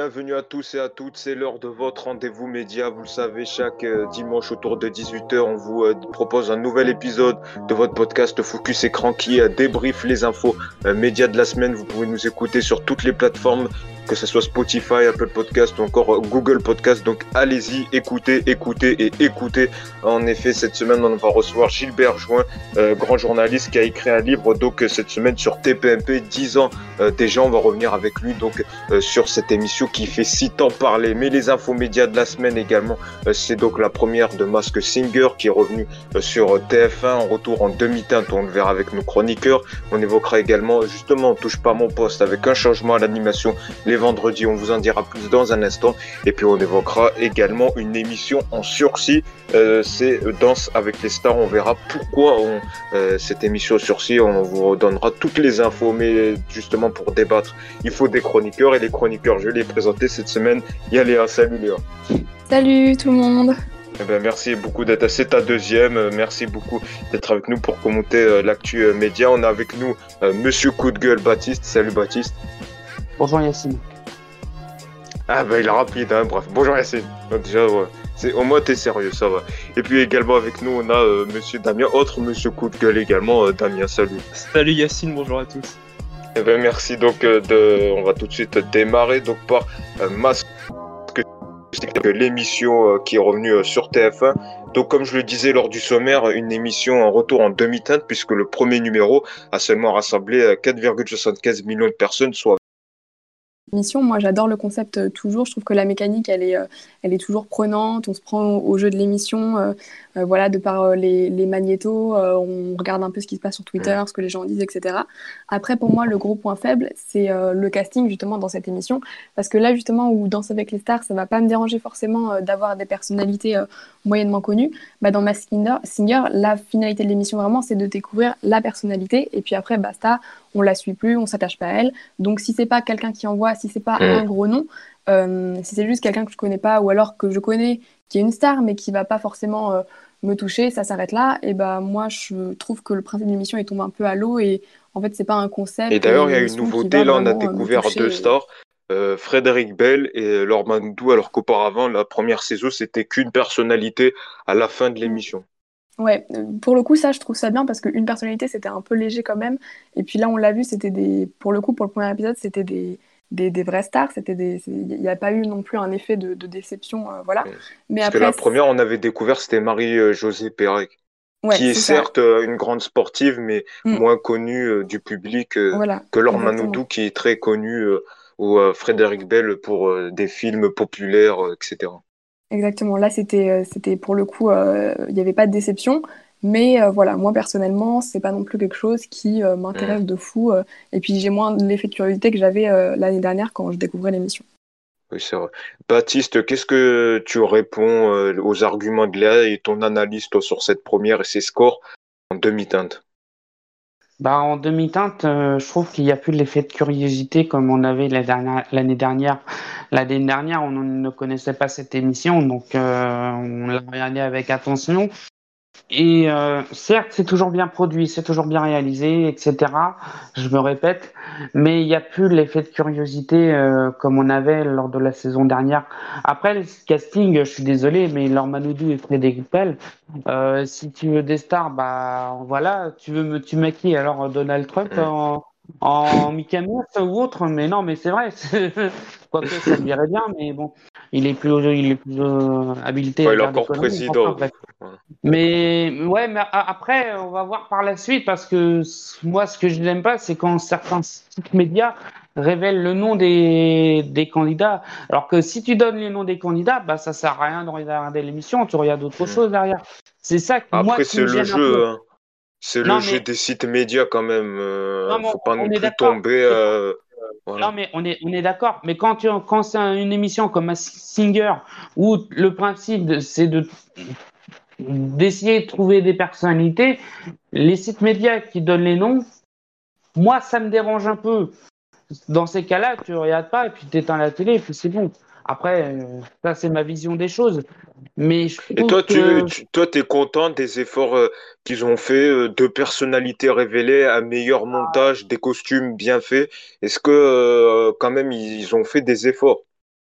Bienvenue à tous et à toutes, c'est l'heure de votre rendez-vous média. Vous le savez, chaque dimanche autour de 18 h, on vous propose un nouvel épisode de votre podcast Focus Écran qui débriefe les infos médias de la semaine. Vous pouvez nous écouter sur toutes les plateformes, que ce soit Spotify, Apple Podcast ou encore Google Podcast. Donc allez-y, écoutez, écoutez et écoutez. En effet, cette semaine, on va recevoir Gilbert Join, grand journaliste qui a écrit un livre donc cette semaine sur TPMP, 10 ans déjà. On va revenir avec lui donc sur cette émission qui fait si tant parler. Mais les infos médias de la semaine également, c'est donc la première de Masked Singer qui est revenu sur TF1 en retour en demi-teinte. On le verra avec nos chroniqueurs. On évoquera également justement On touche pas mon poste avec un changement à l'animation les vendredis. On vous en dira plus dans un instant. Et puis on évoquera également une émission en sursis. C'est Danse avec les stars. On verra pourquoi cette émission en sursis. On vous donnera toutes les infos. Mais justement pour débattre, il faut des chroniqueurs. Et les chroniqueurs, je les ai présentés cette semaine. Il y a Léa. Salut Léa. Salut tout le monde. Eh ben, merci beaucoup d'être. C'est ta deuxième. Merci beaucoup d'être avec nous pour commenter l'actu média. On a avec nous Monsieur Coup de gueule Baptiste. Salut Baptiste. Bonjour Yacine. Ah ben il est rapide, hein, bref. Bonjour Yacine. Déjà, ouais. Au moins t'es sérieux, ça va. Et puis également avec nous, on a Monsieur Damien, autre Monsieur Coup de gueule également. Damien, salut. Salut Yacine, bonjour à tous. Eh ben merci donc on va tout de suite démarrer donc par Masked Singer, l'émission qui est revenue sur TF1. Donc comme je le disais lors du sommaire, une émission en retour en demi-teinte puisque le premier numéro a seulement rassemblé 4,75 millions de personnes, soit Mission, moi j'adore le concept toujours, je trouve que la mécanique elle est toujours prenante, on se prend au jeu de l'émission, voilà, de par les magnétos, on regarde un peu ce qui se passe sur Twitter, ce que les gens disent, etc. Après pour moi le gros point faible c'est le casting justement dans cette émission, parce que là justement où Danse avec les stars, ça va pas me déranger forcément d'avoir des personnalités moyennement connues, bah, dans Masked Singer, la finalité de l'émission vraiment c'est de découvrir la personnalité, et puis après basta, on la suit plus, on s'attache pas à elle. Donc si c'est pas quelqu'un qui envoie, si c'est pas un gros nom, si c'est juste quelqu'un que je connais pas ou alors que je connais qui est une star mais qui va pas forcément me toucher, ça s'arrête là. Et bah moi je trouve que le principe de l'émission il tombe un peu à l'eau et en fait c'est pas un concept. Et d'ailleurs, il y a une émission qui nouveauté. va Là, on a vraiment me découvert toucher. deux stars, Frédéric Bell et Laure Manodou, alors qu'auparavant, la première saison, c'était qu'une personnalité à la fin de l'émission. Ouais, pour le coup, ça, je trouve ça bien parce qu'une personnalité, c'était un peu léger quand même. Et puis là, on l'a vu, c'était pour le coup, pour le premier épisode, c'était des vraies stars. Il n'y a pas eu non plus un effet de déception, voilà. Mais Parce que après, la première, on avait découvert, c'était Marie-Josée Pérec, ouais, qui est c'est ça. certes une grande sportive, mais Mm, moins connue du public voilà, que Laure exactement. Manodou, qui est très connue, ou Frédéric Bell pour des films populaires, etc. Exactement. Là, c'était pour le coup, il n'y avait pas de déception. Mais voilà, moi personnellement, c'est pas non plus quelque chose qui Mm. m'intéresse de fou. Et puis j'ai moins l'effet de curiosité que j'avais l'année dernière quand je découvrais l'émission. Oui, c'est vrai. Baptiste, qu'est-ce que tu réponds aux arguments de Léa et ton analyse toi, sur cette première et ses scores en demi-teinte? Bah, en demi-teinte, je trouve qu'il n'y a plus l'effet de curiosité comme on avait l'année dernière. L'année dernière, on ne connaissait pas cette émission, donc on l'a regardée avec attention. Et certes, c'est toujours bien produit, c'est toujours bien réalisé, etc. Je me répète, mais il n'y a plus l'effet de curiosité comme on avait lors de la saison dernière. Après, le casting, je suis désolé, mais Laure Manodou et Frédéric Pell, si tu veux des stars, bah voilà, tu mets qui alors Donald Trump Mm. en Mickey Mouse ou autre, mais non, mais c'est vrai, quoique ça lui irait bien, mais bon, il est plus habilité Ouais, à il est faire des encore conneries. Enfin, président, bref. donc. Voilà. Mais ouais, mais après, on va voir par la suite parce que moi, ce que je n'aime pas, c'est quand certains sites médias révèlent le nom des candidats. Alors que si tu donnes les noms des candidats, bah ça sert à rien de regarder l'émission, tu regardes autre Mm. chose derrière. C'est ça moi Après, qui c'est me le gêne un peu. jeu, hein. C'est le Non jeu mais des sites médias quand même. non, mais Faut pas non on est plus d'accord. tomber. Mais non Voilà. mais on est d'accord. Mais quand c'est une émission comme un Singer où le principe c'est d'essayer de trouver des personnalités, les sites médias qui donnent les noms, moi, ça me dérange un peu. Dans ces cas-là, tu regardes pas et puis tu éteins la télé et puis c'est bon. Après, ça, c'est ma vision des choses. Mais je Et trouve que toi, t'es content des efforts qu'ils ont fait, de personnalités révélées, un meilleur montage, des costumes bien faits. Est-ce que quand même ils ont fait des efforts?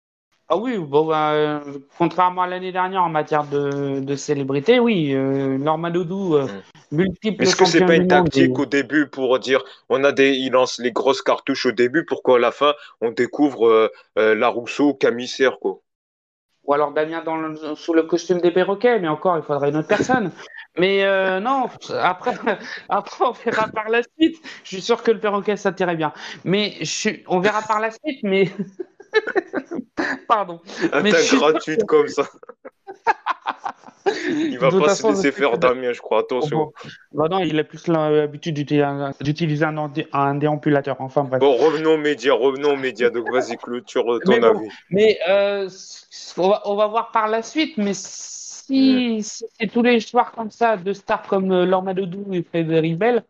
Ah oui, bon, contrairement à l'année dernière en matière de célébrité, oui, Norman Dodou, Hmm. Mais multiple est-ce que c'est champion pas du une monde. tactique au début pour dire il lance les grosses cartouches au début pour qu'à la fin on découvre Larousseau ou Camissaire, quoi. Ou alors Damien sous le costume des perroquets, mais encore, il faudrait une autre personne. Mais non, après, après, on verra par la suite. Je suis sûr que le perroquet, ça t'irait bien. Mais on verra par la suite, mais pardon. Mais je Attaque suis sûr gratuite comme ça. Il de va toute pas se façon, je laisser sais que faire Damien, je crois. oh, Attention. bon. Bah non, il a plus l'habitude d'utiliser un déambulateur. Enfin bref. Bon, revenons aux médias. Donc vas-y, clôture Mais ton bon, avis. mais on va voir par la suite. Mais Hmm. si c'est tous les soirs comme ça, de stars comme Lorna Doudou et Frédéric Bell,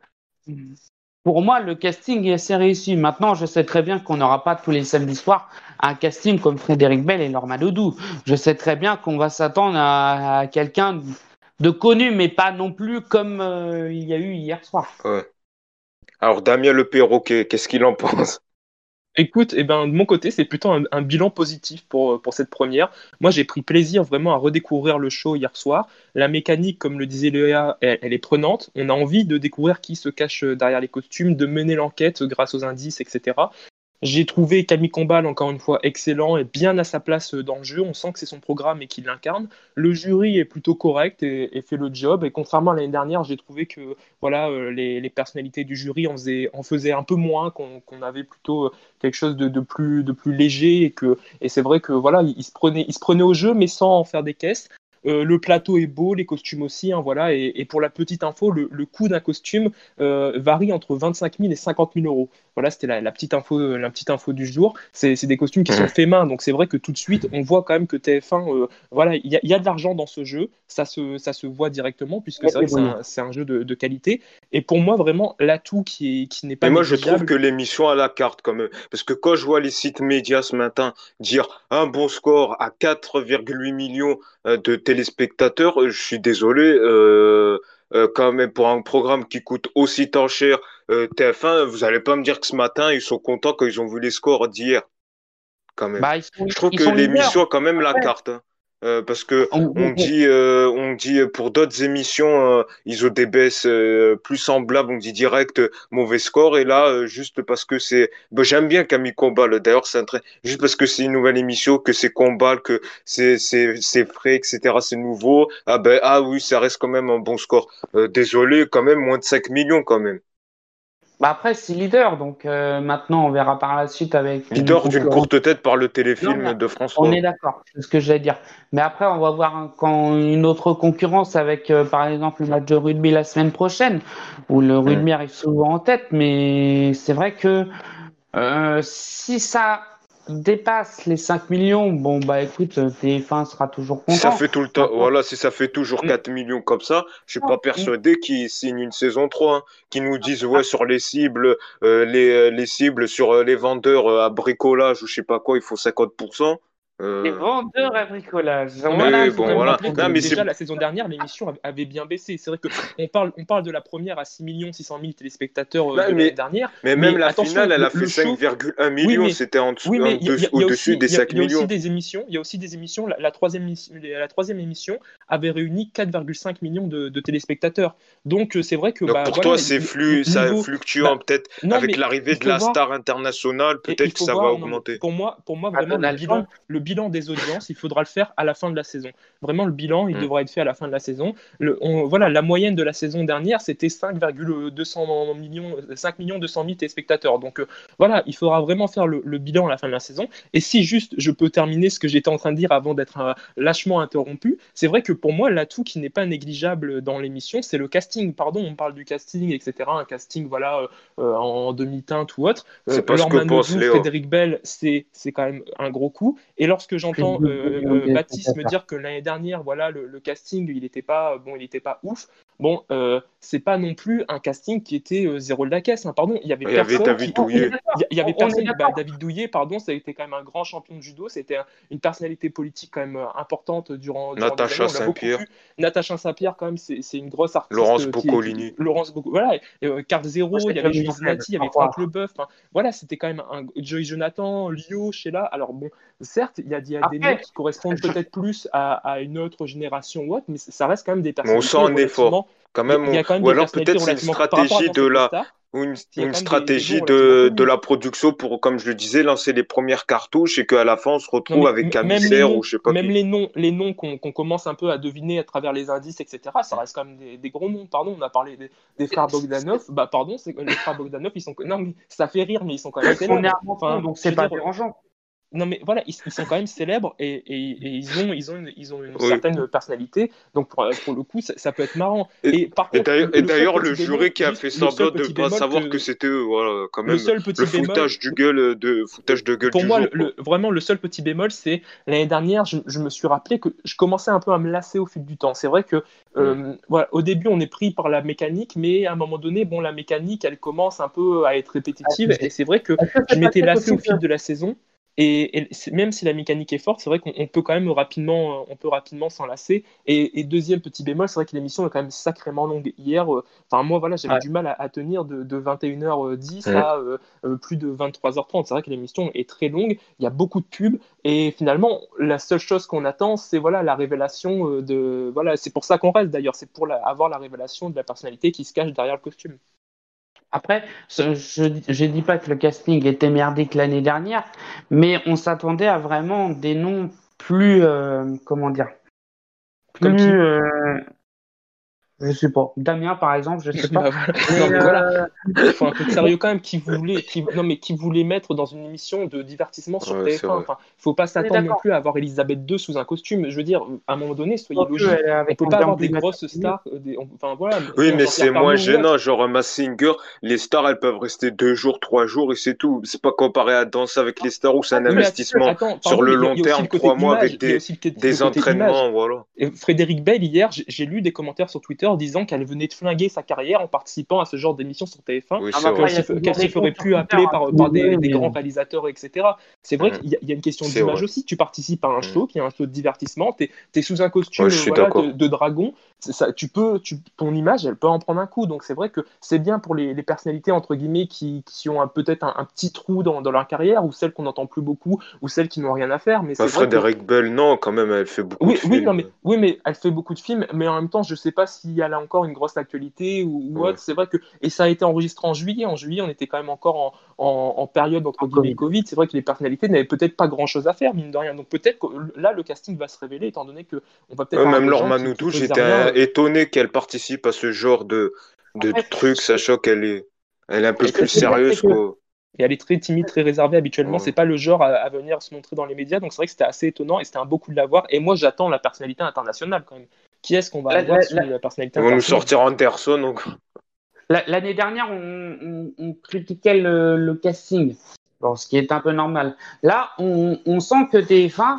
pour moi, le casting est assez réussi. Maintenant, je sais très bien qu'on n'aura pas tous les samedis soirs un casting comme Frédéric Bell et Lorna Doudou. Je sais très bien qu'on va s'attendre à quelqu'un de connu, mais pas non plus comme il y a eu hier soir. Ouais. Alors Damien le perroquet, qu'est-ce qu'il en pense? Écoute, de mon côté, c'est plutôt un bilan positif pour cette première. Moi, j'ai pris plaisir vraiment à redécouvrir le show hier soir. La mécanique, comme le disait Léa, elle est prenante. On a envie de découvrir qui se cache derrière les costumes, de mener l'enquête grâce aux indices, etc. J'ai trouvé Camille Combal, encore une fois, excellent et bien à sa place dans le jeu. On sent que c'est son programme et qu'il l'incarne. Le jury est plutôt correct et fait le job. Et contrairement à l'année dernière, j'ai trouvé que voilà, les personnalités du jury en faisaient un peu moins, qu'on avait plutôt quelque chose de plus léger. Et c'est vrai que voilà, ils se prenaient au jeu, mais sans en faire des caisses. Le plateau est beau, les costumes aussi, hein, voilà. Et pour la petite info, le coût d'un costume varie entre 25 000 et 50 000 euros. Voilà, c'était la petite info du jour. C'est des costumes qui sont faits main, donc c'est vrai que tout de suite, on voit quand même que TF1, voilà, il y a de l'argent dans ce jeu. Ça se voit directement, puisque c'est vrai que c'est un jeu de qualité. Et pour moi, vraiment, l'atout qui n'est Mais pas moi, je trouve négligeable. que l'émission à la carte, quand même. Parce que quand je vois les sites médias ce matin dire un bon score à 4,8 millions de téléspectateurs, je suis désolé, quand même, pour un programme qui coûte aussi tant cher, TF1, vous allez pas me dire que ce matin, ils sont contents quand ils ont vu les scores d'hier, quand même. Bah, Je trouve ils que sont leaders. l'émission a quand même la Après, carte, hein. Parce que on- on dit pour d'autres émissions, ils ont des baisses plus semblables, on dit direct mauvais score. Et là, juste parce que c'est, ben, j'aime bien Camille Combal. D'ailleurs, juste parce que c'est une nouvelle émission, que c'est Combal, que c'est frais, etc. C'est nouveau. Ah ben ah oui, ça reste quand même un bon score. Désolé, quand même moins de 5 millions quand même. Bah après, c'est leader, donc maintenant on verra par la suite avec une Leader d'une concurrence. courte tête par le Non, mais téléfilm de on François. est d'accord, c'est ce que j'allais dire. Mais après, on va voir quand une autre concurrence avec, par exemple, le match de rugby la semaine prochaine, où le Hmm. rugby arrive souvent en tête. Mais c'est vrai que si ça dépasse les 5 millions, bon, bah écoute, TF1 sera toujours Si ça content. fait tout le temps, Maintenant, voilà, si ça fait toujours 4 millions comme ça, je suis pas mm, persuadé qu'ils signent une saison 3, hein, qu'ils nous disent, ouais, mm, sur les cibles, les cibles sur les vendeurs à bricolage ou je sais pas quoi, il faut 50%. les Euh, vendeurs à bricolage. Non, mais après, Voilà, oui, il faut c'est quand bon, même voilà. rappeler que Non, mais c'est, déjà la saison dernière, l'émission avait bien baissé. C'est vrai qu'on parle de la première à 6 600 000 téléspectateurs non, de l'année dernière. mais même Mais la finale, attention, elle a fait le show. 5,1 Oui, millions, mais c'était oui, mais il y a au-dessus aussi, des il y a, 5 il y a aussi millions. des émissions. Il y a aussi des émissions. La troisième émission avait réuni 4,5 millions de téléspectateurs. Donc c'est vrai que Donc bah pour voilà, toi, ça niveau. fluctuant, Bah, peut-être non, avec mais l'arrivée il de faut la voir. star internationale, Et il peut-être que faut ça va voir, non, mais augmenter. pour moi à vraiment, le Donald Trump. bilan, le bilan des audiences, il faudra le faire à la fin de la saison. Vraiment, le bilan, il Hmm. devra être fait à la fin de la saison. Voilà, la moyenne de la saison dernière, c'était 5,200 millions, 5 200 000 téléspectateurs. Donc voilà, il faudra vraiment faire le bilan à la fin de la saison. Et si juste je peux terminer ce que j'étais en train de dire avant d'être lâchement interrompu, c'est vrai que pour moi, l'atout qui n'est pas négligeable dans l'émission, c'est le casting. Pardon, on parle du casting, etc. Un casting, voilà, en demi-teinte ou autre. C'est pas ce que Lorman pense Ledoux, Léo. Frédéric Bell, c'est quand même un gros coup. Et lorsque Plus j'entends de 2 millions de Baptiste me téléspectateurs. dire que l'année dernière, voilà, le casting, il n'était pas bon, il était pas ouf. bon, c'est pas non plus un casting qui était zéro de la caisse, hein, pardon. Il y avait Il y avait personne David Douillet. il y avait On est personne. d'accord. David Douillet, pardon, ça a été quand même un grand champion de judo. C'était une personnalité politique quand même importante durant des années. Natacha On l'a beaucoup Saint-Pierre, vu. Natacha Saint-Pierre, quand même, c'est une grosse Laurence artiste Boccolini. Laurence voilà. Carl Moi, Zéro, il y c'est avait comme une Julie faible, Zenati, il y au avait revoir. Franck Leboeuf. Enfin, voilà, c'était quand même un Joey Jonathan, Lio, Sheila. Alors bon, certes, il y a des noms Après, qui correspondent peut-être plus à une autre génération ou autre, mais ça reste quand même des Mais on sent personnalités un effort. relativement. Quand Il même, y a quand même ou des alors personnalités peut-être c'est une relativement. Par rapport à stratégie de Danse avec les la, stars, ou il y a une quand même des noms stratégie relativement de connus. la production pour, comme je le disais, lancer les premières cartouches et qu'à la fin on se Non, retrouve mais avec même les Camissaire ou noms, je sais pas qui. les noms qu'on commence un peu à deviner à travers les indices, etc., ça reste quand même des gros noms. Pardon, on a parlé des frères Bogdanov. Bah, pardon, les frères Bogdanov, ils sont. Non, mais ça fait rire, mais ils sont quand même on est célèbres. à Menton, Enfin, donc je c'est veux pas dire, dérangeant. non, mais voilà, ils sont quand même célèbres et ils ont une Oui. certaine personnalité. Donc, pour le coup, ça peut être marrant. Et, Et par contre, et le seul d'ailleurs, le petit bémol, jury qui a juste fait le seul semblant de petit pas bémol savoir que que. c'était eux, voilà, quand Le même, seul le petit bémol, foutage foutage de gueule pour du moi, jour, quoi. vraiment, le seul petit bémol, c'est l'année dernière, je me suis rappelé que je commençais un peu à me lasser au fil du temps. C'est vrai que Mm. voilà, au début, on est pris par la mécanique, mais à un moment donné, bon, la mécanique, elle commence un peu à être répétitive. Et c'est vrai que Est-ce que je c'est pas m'étais peut-être lassé aussi au que fil de la saison. Même si la mécanique est forte, c'est vrai qu'on peut quand même rapidement, on peut rapidement s'en lasser. Et deuxième petit bémol, c'est vrai que l'émission est quand même sacrément longue. Hier, enfin moi, voilà, j'avais Ouais. du mal à tenir de 21h10 Mm. à plus de 23h30. C'est vrai que l'émission est très longue, il y a beaucoup de pubs, et finalement, la seule chose qu'on attend, c'est voilà, la révélation de. Voilà, c'est pour ça qu'on reste d'ailleurs, c'est pour avoir la révélation de la personnalité qui se cache derrière le costume. Après, je dis pas que le casting était merdique l'année dernière, mais on s'attendait à vraiment des noms plus, comment dire, Comme qui? plus, je sais pas. Damien, par exemple, je sais pas. Bah voilà. Non Mais mais voilà, il faut un peu de sérieux quand même. Non mais qui voulait mettre dans une émission de divertissement sur Ouais, c'est TF1. vrai. Enfin, faut pas on est s'attendre non d'accord. plus à avoir Elisabeth II sous un costume. Je veux dire, à un moment donné, soyez Quoique, logique. elle est On avec peut un pas bien avoir des plus mature, grosses c'est mieux. stars. Enfin voilà, Oui, bon, mais c'est Jean-Pierre moins Pernaut ou gênant, autre. genre Mask Singer, les stars, elles peuvent rester 2 jours, 3 jours et c'est tout. C'est pas comparé à Danser avec les stars où c'est un Oui, mais investissement attends, sur pardon, le mais il long y a aussi terme, le côté 3 mois image. avec Il y a aussi le des côté image. entraînements, voilà. Et Frédéric Bell, hier, j'ai lu des commentaires sur Twitter disant qu'elle venait de flinguer sa carrière en participant à ce genre d'émission sur TF1, Oui, Ah, mais c'est après, vrai. il y a toujours qu'elle se des ferait comptes sur plus Twitter, appeler hein, je suis par désolé, des mais grands réalisateurs, etc. C'est vrai Mm. qu'il y a une question C'est d'image vrai. aussi. Tu participes à un Mm. show qui est un show de divertissement, tu es sous un Ouais, costume je suis voilà, d'accord. de dragon. Ton image, elle peut en prendre un coup. Donc c'est vrai que c'est bien pour les personnalités, entre guillemets, qui ont peut-être un petit trou dans leur carrière, ou celles qu'on n'entend plus beaucoup, ou celles qui n'ont rien à faire. Mais Bah, c'est vrai que Frédéric Bell, non, quand même, elle fait beaucoup de oui, non, films. oui, mais elle fait beaucoup de films, mais en même temps, je sais pas si elle a encore une grosse actualité ou Ouais. autre. C'est vrai que, et ça a été enregistré en juillet. En juillet, on était quand même encore en période, entre en guillemets, Covid. Covid. C'est vrai que les personnalités n'avaient peut-être pas grand-chose à faire, mine de rien. Donc peut-être que là, le casting va se révéler, étant donné que on va peut-être Ouais, avoir même des Laure gens qui Manodou, faisaient j'étais rien. étonné qu'elle participe à ce genre de Après, trucs, sachant elle est un peu ce que plus je veux dire, c'est sérieuse, que quoi. Et elle est très timide, très réservée habituellement. C'est Ouais. pas le genre à venir se montrer dans les médias. Donc c'est vrai que c'était assez étonnant et c'était un beau coup de l'avoir. Et moi, j'attends la personnalité internationale quand même. Qui est-ce qu'on va la- avoir la- sous la- la personnalité Ils vont nous internationale? sortir Anderson, donc. l'année dernière, on critiquait le casting, bon, ce qui est un peu normal. Là, on sent que TF1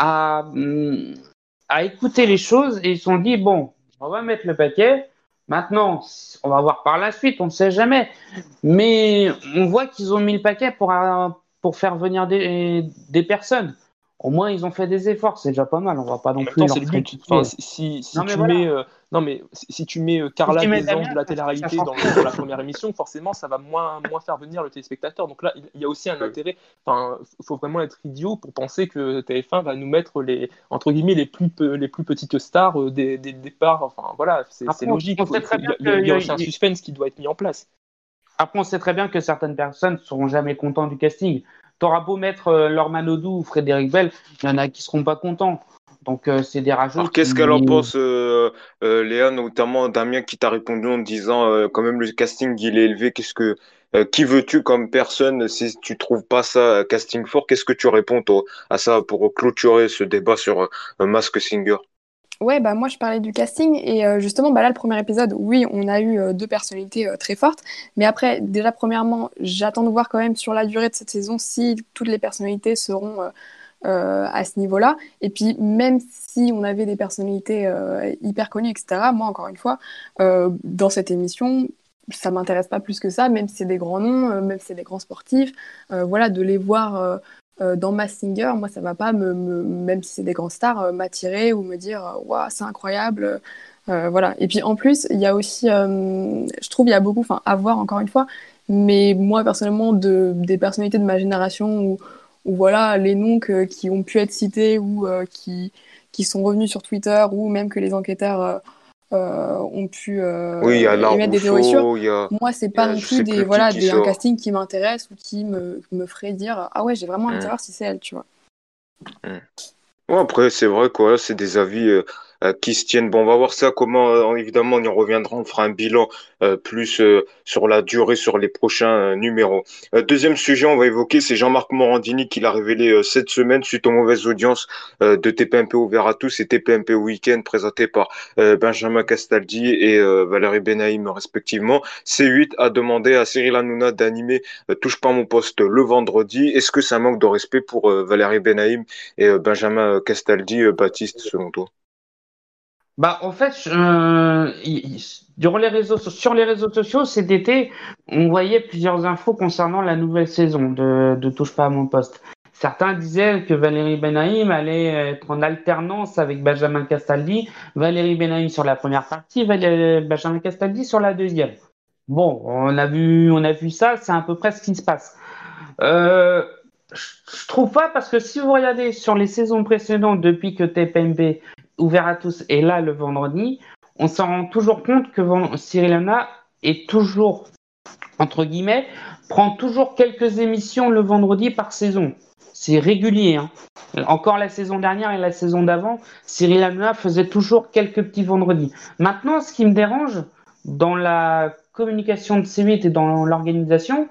a écouté les choses et ils se sont dit, bon, on va mettre le paquet. Maintenant, on va voir par la suite, on ne sait jamais. Mais on voit qu'ils ont mis le paquet pour faire venir des personnes. Au moins, ils ont fait des efforts, c'est déjà pas mal. On va pas En non même plus temps, c'est leur le but. Enfin, critiquer. si Non, mais tu voilà. mets, non mais si tu mets Si Carla tu mets des Anges Damien, de la ça télé-réalité change dans tout. la première émission, forcément, ça va moins faire venir le téléspectateur. Donc là, il y a aussi un Ouais. intérêt. Enfin, il faut vraiment être idiot pour penser que TF1 va nous mettre entre guillemets les plus petites stars dès le départ. Enfin, voilà, c'est Après, logique. on sait très bien Il y a aussi un que, suspense qui doit être mis en place. après, on sait très bien que certaines personnes ne seront jamais contents du casting. T'auras beau mettre Laure Manodou ou Frédéric Bell, il y en a qui seront pas contents. Donc, c'est des rageux Alors, qu'est-ce qu'elle en qui. pense, Léa, notamment Damien qui t'a répondu en disant quand même le casting il est élevé. Qui veux-tu comme personne si tu trouves pas ça casting fort? Qu'est-ce que tu réponds toi, à ça pour clôturer ce débat sur Mask Singer? Ouais, bah moi je parlais du casting et justement bah là le premier épisode, oui, on a eu deux personnalités très fortes, mais après déjà premièrement, j'attends de voir quand même sur la durée de cette saison si toutes les personnalités seront à ce niveau-là. Et puis, même si on avait des personnalités hyper connues, etc., moi, encore une fois, dans cette émission, ça m'intéresse pas plus que ça, même si c'est des grands noms, même si c'est des grands sportifs. Voilà, de les voir dans Masked Singer, moi, ça va pas, même si c'est des grands stars, m'attirer ou me dire waouh, c'est incroyable. Voilà. Et puis en plus, il y a aussi, je trouve, il y a beaucoup, enfin, à voir encore une fois, mais moi personnellement, des personnalités de ma génération ou voilà, les noms qui ont pu être cités ou qui sont revenus sur Twitter ou même que les enquêteurs ont pu Oui, il y a émettre des théories sur. Larouffaut, Moi, c'est il y pas a non je plus sais plus qui un sort. casting qui m'intéresse ou qui me ferait dire ah ouais, j'ai vraiment envie de Hmm, savoir si c'est elle, tu vois. hmm. Ouais, après, c'est vrai que voilà, c'est des avis qui se tiennent. Bon, on va voir ça, comment, évidemment, on y reviendra, on fera un bilan plus sur la durée, sur les prochains numéros. Deuxième sujet, on va évoquer, c'est Jean-Marc Morandini qui l'a révélé cette semaine suite aux mauvaises audiences de TPMP ouvert à tous et TPMP Weekend présenté par Benjamin Castaldi et Valérie Benaïm respectivement. C8 a demandé à Cyril Hanouna d'animer Touche pas mon poste le vendredi. Est-ce que c'est un manque de respect pour Valérie Benaïm et Benjamin Castaldi, Baptiste, selon toi? Bah, en fait, sur les réseaux sociaux, cet été, on voyait plusieurs infos concernant la nouvelle saison de Touche pas à mon poste. Certains disaient que Valérie Benaïm allait être en alternance avec Benjamin Castaldi, Valérie Benaïm sur la première partie, Benjamin Castaldi sur la deuxième. Bon, on a vu ça, c'est à peu près ce qui se passe. Euh, je trouve pas parce que si vous regardez sur les saisons précédentes depuis que TPMP ouvert à tous est là le vendredi, on s'en rend toujours compte que Cyril Hanouna est toujours entre guillemets prend toujours quelques émissions le vendredi par saison. C'est régulier. Hein. Encore la saison dernière et la saison d'avant, Cyril Hanouna faisait toujours quelques petits vendredis. Maintenant, ce qui me dérange dans la communication de C8 et dans l'organisation,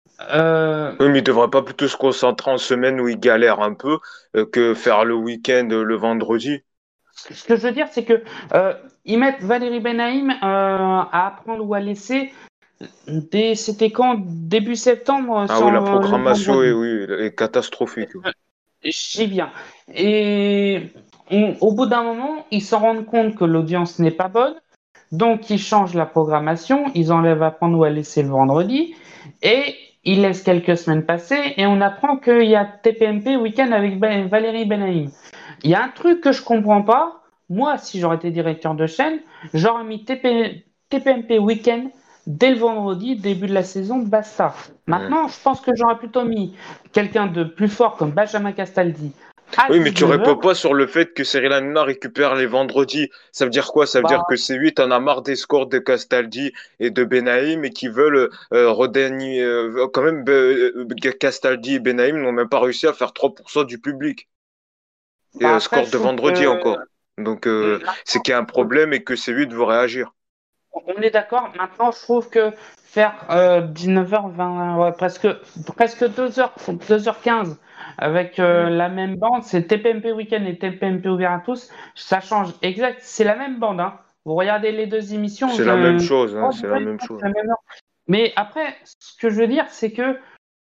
Oui, mais il devrait pas plutôt se concentrer en semaine où il galère un peu que faire le week-end le vendredi? ce que je veux dire, c'est que ils mettent Valérie Benaïm à apprendre ou à laisser c'était quand début septembre Ah oui, sur la le programmation est, vendredi. oui, est catastrophique. J'y viens. Et au bout d'un moment, ils s'en rendent compte que l'audience n'est pas bonne, donc ils changent la programmation, ils enlèvent apprendre ou à laisser le vendredi, et ils laissent quelques semaines passer, et on apprend qu'il y a TPMP week-end avec Valérie Benaïm. Il y a un truc que je comprends pas. Moi, si j'aurais été directeur de chaîne, j'aurais mis TPMP week-end dès le vendredi, début de la saison, basta. Hmm. Maintenant, je pense que j'aurais plutôt mis quelqu'un de plus fort comme Benjamin Castaldi à Oui, mais tu réponds 19h. pas sur le fait que Cyril Hanouna récupère les vendredis. Ça veut dire quoi? Ça veut Bah, dire que C8 en a marre des scores de Castaldi et de Benaïm et qui veulent redagner, quand même, Castaldi et Benaïm n'ont même pas réussi à faire 3% du public. Et après, score je de trouve vendredi que encore. Donc, c'est qu'il y a un problème et que C8 veut réagir. on est d'accord. Maintenant, je trouve que faire 19h20, ouais, presque 2h, 2h15 avec Hmm. la même bande, c'est TPMP Weekend et TPMP ouvert à tous. Ça change exact. C'est la même bande. Hein. Vous regardez les deux émissions. C'est la même chose, hein, c'est la même C'est chose. la même heure. Mais après, ce que je veux dire, c'est que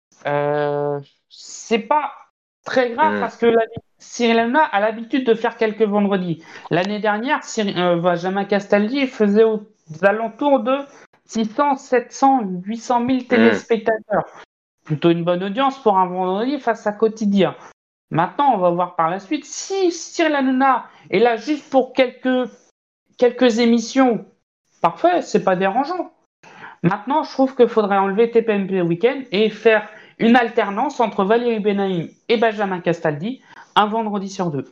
euh, c'est pas très grave Hmm. parce que Cyril Hanouna a l'habitude de faire quelques vendredis. L'année dernière, Benjamin Castaldi faisait aux alentours de 600, 700, 800 000 Hmm. téléspectateurs. Plutôt une bonne audience pour un vendredi face à quotidien. Maintenant, on va voir par la suite. Si Cyril Hanouna est là juste pour quelques émissions, parfait, c'est pas dérangeant. Maintenant, je trouve qu'il faudrait enlever TPMP Weekend et faire une alternance entre Valérie Benaïm et Benjamin Castaldi, un vendredi sur deux.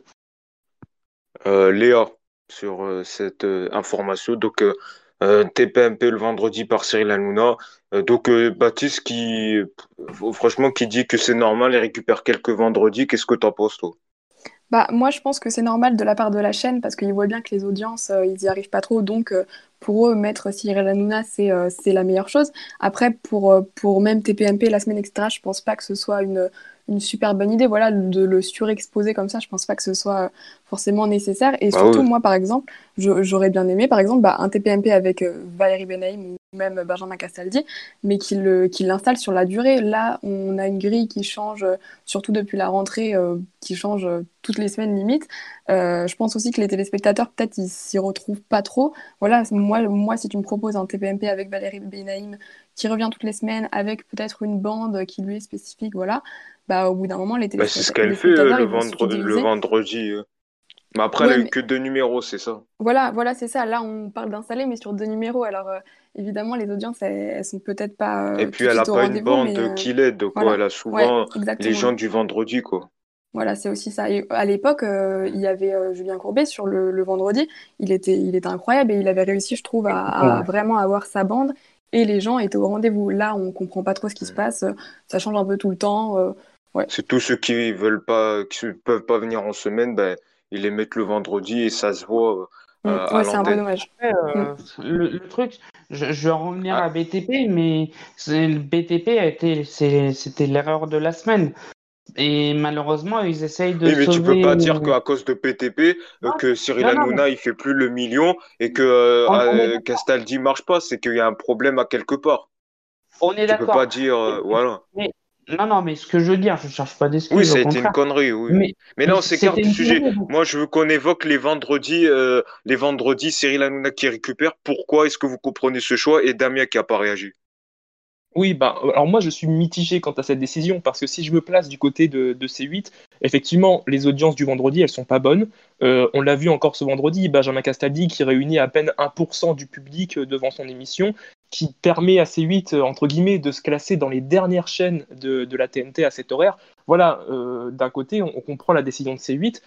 Léa, sur cette information. Donc, TPMP le vendredi par Cyril Hanouna. Donc, Baptiste franchement, qui dit que c'est normal, il récupère quelques vendredis. Qu'est-ce que t'en penses, toi? Bah, moi, je pense que c'est normal de la part de la chaîne parce qu'ils voient bien que les audiences, ils y arrivent pas trop. Donc, pour eux, mettre Cyril Hanouna, c'est la meilleure chose. Après, pour même TPMP, la semaine, etc., je pense pas que ce soit une super bonne idée. Voilà, de le surexposer comme ça, je pense pas que ce soit forcément nécessaire. Et Bah surtout, oui. moi, par exemple, j'aurais bien aimé, par exemple, bah, un TPMP avec Valérie Benaïm ou même Benjamin Castaldi, mais qu'il l'installe sur la durée. Là, on a une grille qui change, surtout depuis la rentrée, qui change toutes les semaines limite. Je pense aussi que les téléspectateurs, peut-être, ils s'y retrouvent pas trop. Voilà, moi, si tu me proposes un TPMP avec Valérie Benaïm qui revient toutes les semaines, avec peut-être une bande qui lui est spécifique, voilà, bah, au bout d'un moment, les Bah, c'est ce qu'elle fait téléspectateurs, ils vont se le fidéliser. vendredi. Mais après, elle a Ouais, eu mais que 2 numéros, c'est ça. voilà, c'est ça. Là, on parle d'installer, mais sur 2 numéros. Alors, évidemment, les audiences, elles sont peut-être pas Et puis, tout de elle a suite au pas une rendez-vous, mais bande qui l'aide, quoi. voilà. Elle a Ouais, souvent les exactement. gens du vendredi, quoi. Voilà, c'est aussi ça. Et à l'époque, il y avait Julien Courbet sur le vendredi. Il était incroyable et il avait réussi, je trouve, à Ouais. vraiment avoir sa bande. Et les gens étaient au rendez-vous. Là, on comprend pas trop ce qui se passe. Ça change un peu tout le temps. Ouais. C'est tous ceux qui veulent pas, qui ne peuvent pas venir en semaine, ben, ils les mettent le vendredi et ça se voit à Ouais, c'est un peu l'antenne. dommage. Après, Mm. le truc, je vais revenir Ah, à BTP, mais le BTP c'était l'erreur de la semaine. Et malheureusement, ils essayent de oui, mais tu peux sauver. pas dire qu'à cause de PTP, Non, que Cyril non, non, mais Hanouna, il fait plus le million et que on est d'accord. Castaldi marche pas. C'est qu'il y a un problème à quelque part. On est Tu peux pas d'accord. dire, voilà. Mais- non, non, mais ce que je veux dire, je cherche pas Oui, d'excuses, ça au a été une contraire. connerie, oui. Mais, Mais mais là, on s'écarte c'était du une sujet. connerie. Moi, je veux qu'on évoque les vendredis, Cyril Hanouna qui récupère. Pourquoi est-ce que vous comprenez ce choix et Damien qui a pas réagi? Oui, bah, alors moi je suis mitigé quant à cette décision parce que si je me place du côté de C8, effectivement, les audiences du vendredi, elles sont pas bonnes. On l'a vu encore ce vendredi, Benjamin Castaldi qui réunit à peine 1% du public devant son émission, qui permet à C8, entre guillemets, de se classer dans les dernières chaînes de la TNT à cet horaire. Voilà, d'un côté, on comprend la décision de C8.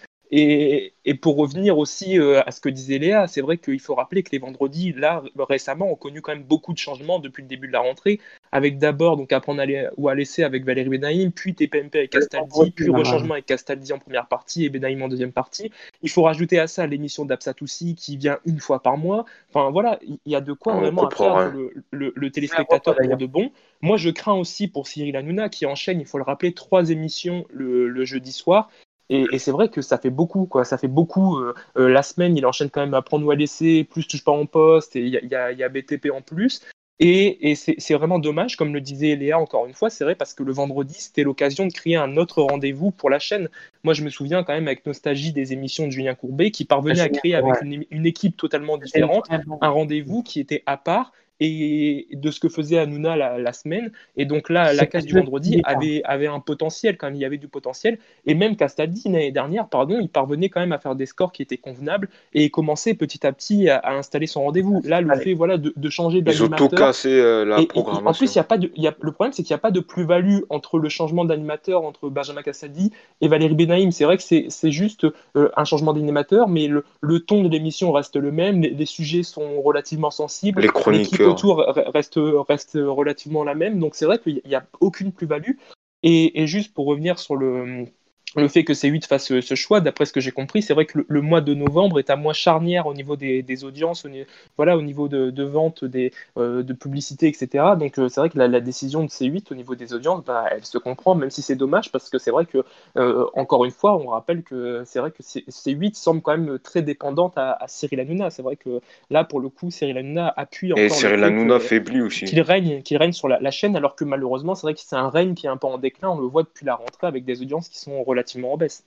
Et pour revenir aussi à ce que disait Léa, c'est vrai qu'il faut rappeler que les vendredis, là, récemment, ont connu quand même beaucoup de changements depuis le début de la rentrée avec d'abord donc Apprendre ou à laisser avec Valérie Benaïm, puis TPMP avec Le Castaldi, vendredi, puis Rechangement avec Castaldi en première partie et Benaïm en deuxième partie. Il faut rajouter à ça l'émission d'Absatoussi qui vient une fois par mois. Enfin voilà, il y a de quoi On vraiment à comprend perdre rien. le je la vois pas téléspectateur pour d'ailleurs. de bon. Moi, je crains aussi pour Cyril Hanouna qui enchaîne, il faut le rappeler, 3 émissions le jeudi soir. Et c'est vrai que ça fait beaucoup, quoi. Ça fait beaucoup. La semaine, il enchaîne quand même Apprendre ou à laisser, plus Touche pas en poste, et il y a BTP en plus. Et c'est vraiment dommage, comme le disait Léa encore une fois, c'est vrai, parce que le vendredi, c'était l'occasion de créer un autre rendez-vous pour la chaîne. Moi, je me souviens quand même avec nostalgie des émissions de Julien Courbet qui parvenait à créer Ouais, avec une équipe totalement c'était une différente première bande. un rendez-vous qui était à part et de ce que faisait Hanouna la semaine. Et donc là, la C'était case du le petit vendredi départ. avait un potentiel, quand même, il y avait du potentiel. Et même Castaldi, l'année dernière, pardon, il parvenait quand même à faire des scores qui étaient convenables et commençait petit à petit à installer son rendez-vous. Là, le Allez. fait voilà, de changer Ils ont tout d'animateur, cassé, la en plus, il programmation. y a pas de, le problème, c'est qu'il n'y a pas de plus-value entre le changement d'animateur entre Benjamin Castaldi et Valérie Benaïm. C'est vrai que c'est juste un changement d'animateur, mais le ton de l'émission reste le même, les sujets sont relativement sensibles, Les l'équipe chroniqueurs. autour reste relativement la même. Donc c'est vrai qu'il n'y a aucune plus-value. Et juste pour revenir sur le fait que C8 fasse ce choix, d'après ce que j'ai compris, c'est vrai que le mois de novembre est un mois charnière au niveau des audiences, voilà, au niveau de vente, de publicité, etc. Donc c'est vrai que la décision de C8 au niveau des audiences, bah, elle se comprend, même si c'est dommage, parce que c'est vrai que, encore une fois, on rappelle que c'est vrai que C8 semble quand même très dépendante à Cyril Hanouna. C'est vrai que là, pour le coup, Cyril Hanouna appuie Et encore le Cyril fait Hanouna faiblit aussi. qu'il règne sur la chaîne, alors que malheureusement, c'est vrai que c'est un règne qui est un peu en déclin. On le voit depuis la rentrée avec des audiences qui sont relativement en baisse.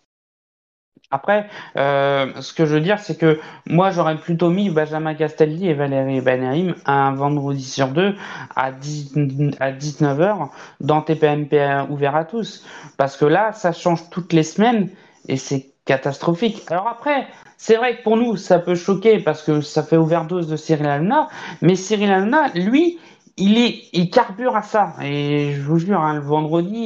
Après, ce que je veux dire, c'est que moi, j'aurais plutôt mis Benjamin Castaldi et Valérie Benaïm un vendredi sur deux à 19h dans TPMP ouvert à tous. Parce que là, ça change toutes les semaines et c'est catastrophique. Alors après, c'est vrai que pour nous, ça peut choquer parce que ça fait overdose de Cyril Hanouna, mais Cyril Hanouna, lui, il carbure à ça. Et je vous jure, hein, le vendredi,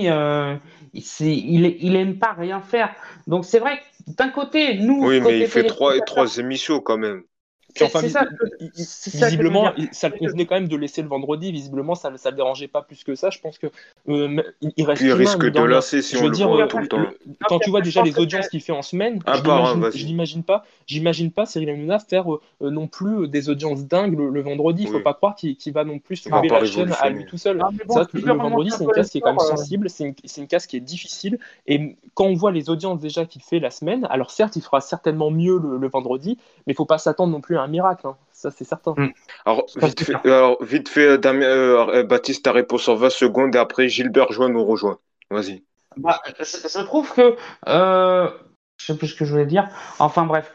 il aime pas rien faire. Donc c'est vrai que d'un côté, nous, Oui, mais il côté fait téléspectateurs, trois émissions quand même. Puis enfin, c'est ça que je veux visiblement, dire. ça le convenait quand même de laisser le vendredi. Visiblement, ça le dérangeait pas plus que ça. Je pense que il Puis reste il humain, risque mine de de rien. lasser si Je on veux le dire, voit tout le temps. Non, quand puis tu vois après, je déjà pense les que audiences qu'il fait en semaine, Un par un, je vas-y. l'imagine pas Cyril Hanouna faire non plus des audiences dingues le vendredi. Il faut Oui, pas croire qu'il va non plus il va non, sauver pas la chaîne à lui révolutionner. tout seul. non, mais C'est bon, vrai que si je peux le vendredi, remonter un c'est une peu le case qui est quand même score, sensible, c'est une case qui est difficile. Et quand on voit les audiences déjà qu'il fait la semaine, alors certes, il fera certainement mieux le vendredi, mais il faut pas s'attendre non plus à un miracle, hein. ça c'est certain. Alors, Ça, c'est clair. vite fait, Baptiste, ta réponse en 20 secondes et après Gilbert Join nous rejoint. Vas-y. Je trouve que, je sais plus ce que je voulais dire. Enfin bref,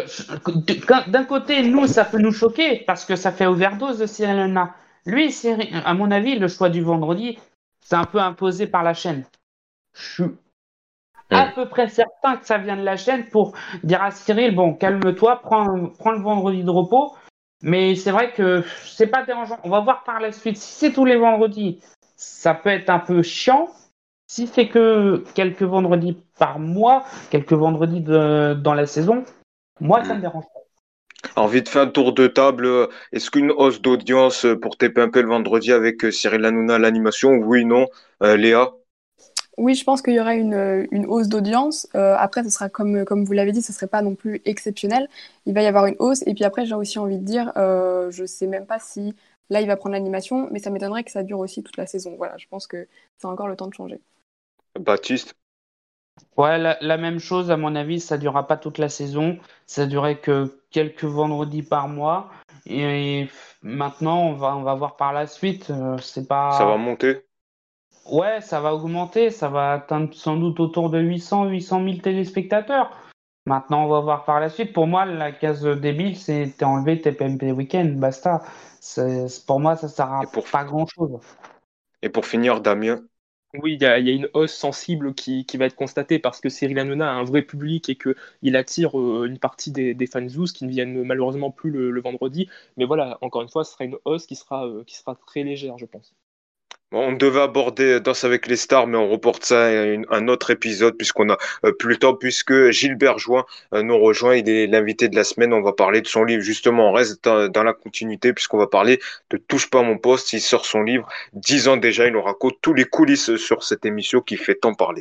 d'un côté, nous, ça peut nous choquer parce que ça fait overdose de Cyril Hanouna. Lui, à mon avis, le choix du vendredi, c'est un peu imposé par la chaîne. Je suis à Hmm. peu près certain que ça vient de la chaîne pour dire à Cyril, bon, calme-toi, prends le vendredi de repos. Mais c'est vrai que c'est pas dérangeant. On va voir par la suite. Si c'est tous les vendredis, ça peut être un peu chiant. Si c'est que quelques vendredis par mois, quelques vendredis dans la saison, moi, ça Hmm. me dérange pas. Alors, vite fait, un tour de table. Est-ce qu'une hausse d'audience pour TPMP le vendredi avec Cyril Hanouna à l'animation? Oui, non. Léa? Oui, je pense qu'il y aura une hausse d'audience. Après, ce sera comme vous l'avez dit, ce ne serait pas non plus exceptionnel. Il va y avoir une hausse. Et puis après, j'ai aussi envie de dire, je ne sais même pas si là, il va prendre l'animation, mais ça m'étonnerait que ça dure aussi toute la saison. Voilà, je pense que c'est encore le temps de changer. Baptiste? Ouais, la même chose, à mon avis, ça durera pas toute la saison. Ça durait que quelques vendredis par mois. Et maintenant, on va voir par la suite. C'est Ça va pas. monter? Ouais, ça va augmenter. Ça va atteindre sans doute autour de 800 000 téléspectateurs. Maintenant, on va voir par la suite. Pour moi, la case débile, c'était enlever TPMP Weekend. Basta. Pour moi, ça sert Et à pour, pas grand-chose. et pour finir, Damien? Oui, il y a une hausse sensible qui va être constatée parce que Cyril Hanouna a un vrai public et qu'il attire une partie des fans zoos qui ne viennent malheureusement plus le vendredi. Mais voilà, encore une fois, ce sera une hausse qui sera très légère, je pense. Bon, on devait aborder Danse avec les stars, mais on reporte ça à un autre épisode puisqu'on a plus le temps, puisque Gilbert Join nous rejoint. Il est l'invité de la semaine. On va parler de son livre. Justement, on reste dans la continuité puisqu'on va parler de Touche pas à mon poste. Il sort son livre. 10 ans déjà, il nous raconte tous les coulisses sur cette émission qui fait tant parler.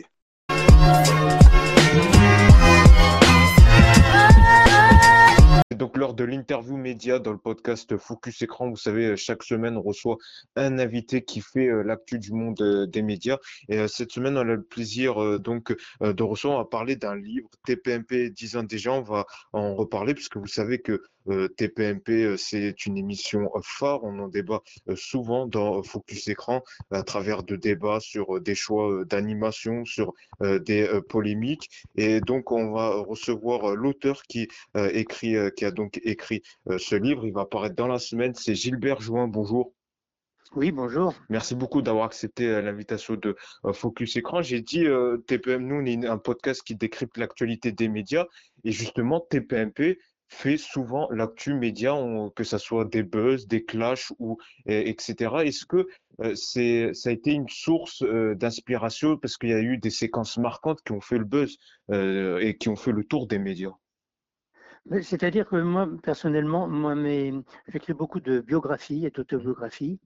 C'est donc lors de l'interview média dans le podcast Focus Écran. Vous savez, chaque semaine, on reçoit un invité qui fait l'actu du monde des médias. Et cette semaine, on a le plaisir de recevoir. On va parler d'un livre, TPMP 10 ans déjà. On va en reparler puisque vous savez que TPMP, c'est une émission phare. On en débat souvent dans Focus Écran à travers de débats sur des choix d'animation, sur des polémiques. Et donc, on va recevoir l'auteur qui a donc écrit ce livre. Il va apparaître dans la semaine. C'est Gilbert Join. Bonjour. Oui, bonjour. Merci beaucoup d'avoir accepté l'invitation de Focus Écran. J'ai dit TPM, nous, on est un podcast qui décrypte l'actualité des médias. Et justement, TPMP fait souvent l'actu média, que ce soit des buzz, des clashs, etc. Est-ce que ça a été une source d'inspiration parce qu'il y a eu des séquences marquantes qui ont fait le buzz et qui ont fait le tour des médias? C'est-à-dire que moi, personnellement, j'écris beaucoup de biographies et d'autobiographies.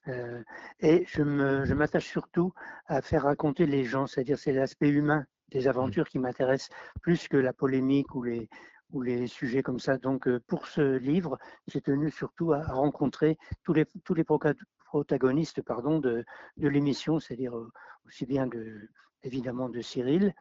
Et je m'attache surtout à faire raconter les gens, c'est-à-dire c'est l'aspect humain des aventures qui m'intéresse plus que la polémique ou les sujets comme ça. Donc pour ce livre, j'ai tenu surtout à rencontrer tous les protagonistes de l'émission, c'est-à-dire aussi bien évidemment de Cyril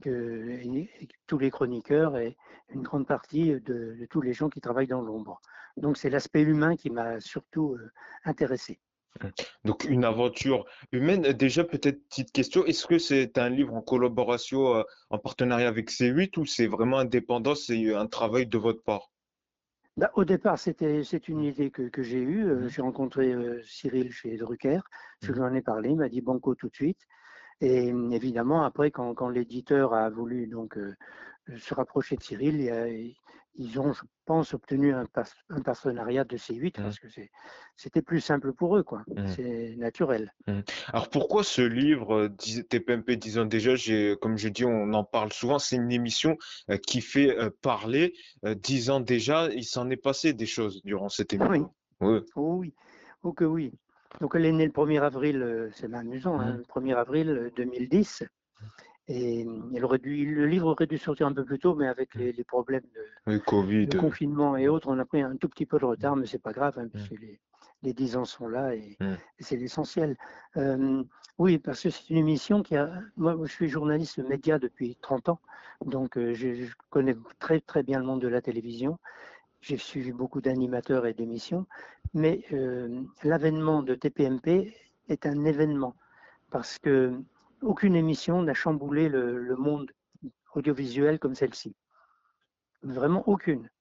et tous les chroniqueurs et une grande partie de tous les gens qui travaillent dans l'ombre. Donc c'est l'aspect humain qui m'a surtout intéressé. Donc une aventure humaine. Déjà, peut-être petite question, est-ce que c'est un livre en collaboration, en partenariat avec C8 ou c'est vraiment indépendant, c'est un travail de votre part? Au départ, c'est une idée que j'ai eue. J'ai rencontré Cyril chez Drucker, je lui en ai parlé, il m'a dit banco tout de suite. Et évidemment, après, quand l'éditeur a voulu se rapprocher de Cyril, ils ont, je pense, obtenu un partenariat de C8 Mhm, parce que c'était plus simple pour eux, quoi. mhm, C'est naturel. mhm. Alors pourquoi ce livre, TPMP 10 ans déjà, comme je dis, on en parle souvent, c'est une émission qui fait parler. 10 ans déjà, il s'en est passé des choses durant cette Oui, émission. Oui. oh oui, oh que oui. Donc elle est née le 1er avril, c'est amusant, hein, Mhm, le 1er avril 2010. Et le livre aurait dû sortir un peu plus tôt, mais avec mhm. les problèmes Oui, Covid. de confinement et autres, on a pris un tout petit peu de retard, mais c'est pas grave, hein, Mhm, puisque les 10 ans sont là mhm, et c'est l'essentiel. Oui, parce que c'est une émission moi, je suis journaliste média depuis 30 ans, donc je connais très très bien le monde de la télévision. j'ai suivi beaucoup d'animateurs et d'émissions, mais l'avènement de TPMP est un événement parce que aucune émission n'a chamboulé le monde audiovisuel comme celle-ci. Vraiment aucune.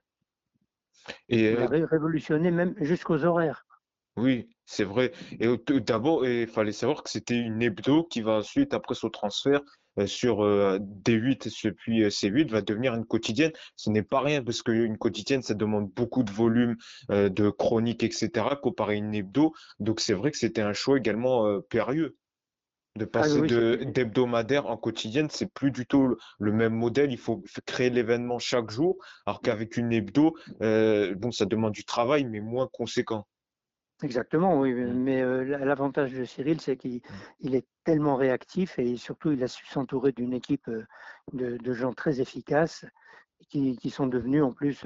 Et Il a révolutionné même jusqu'aux horaires. oui, c'est vrai. Et tout d'abord, il fallait savoir que c'était une hebdo qui va ensuite, après son transfert sur D8 et puis C8, va devenir une quotidienne. Ce n'est pas rien parce qu'une quotidienne, ça demande beaucoup de volume, de chroniques, etc., comparé à une hebdo. Donc c'est vrai que c'était un choix également périlleux. De Ah passer oui, de c'était d'hebdomadaire en quotidienne, c'est plus du tout le même modèle. Il faut créer l'événement chaque jour, alors qu'avec une hebdo, bon, ça demande du travail, mais moins conséquent. exactement, oui. Mm. Mais l'avantage de Cyril, c'est qu'il est tellement réactif et surtout il a su s'entourer d'une équipe de gens très efficaces qui sont devenus en plus,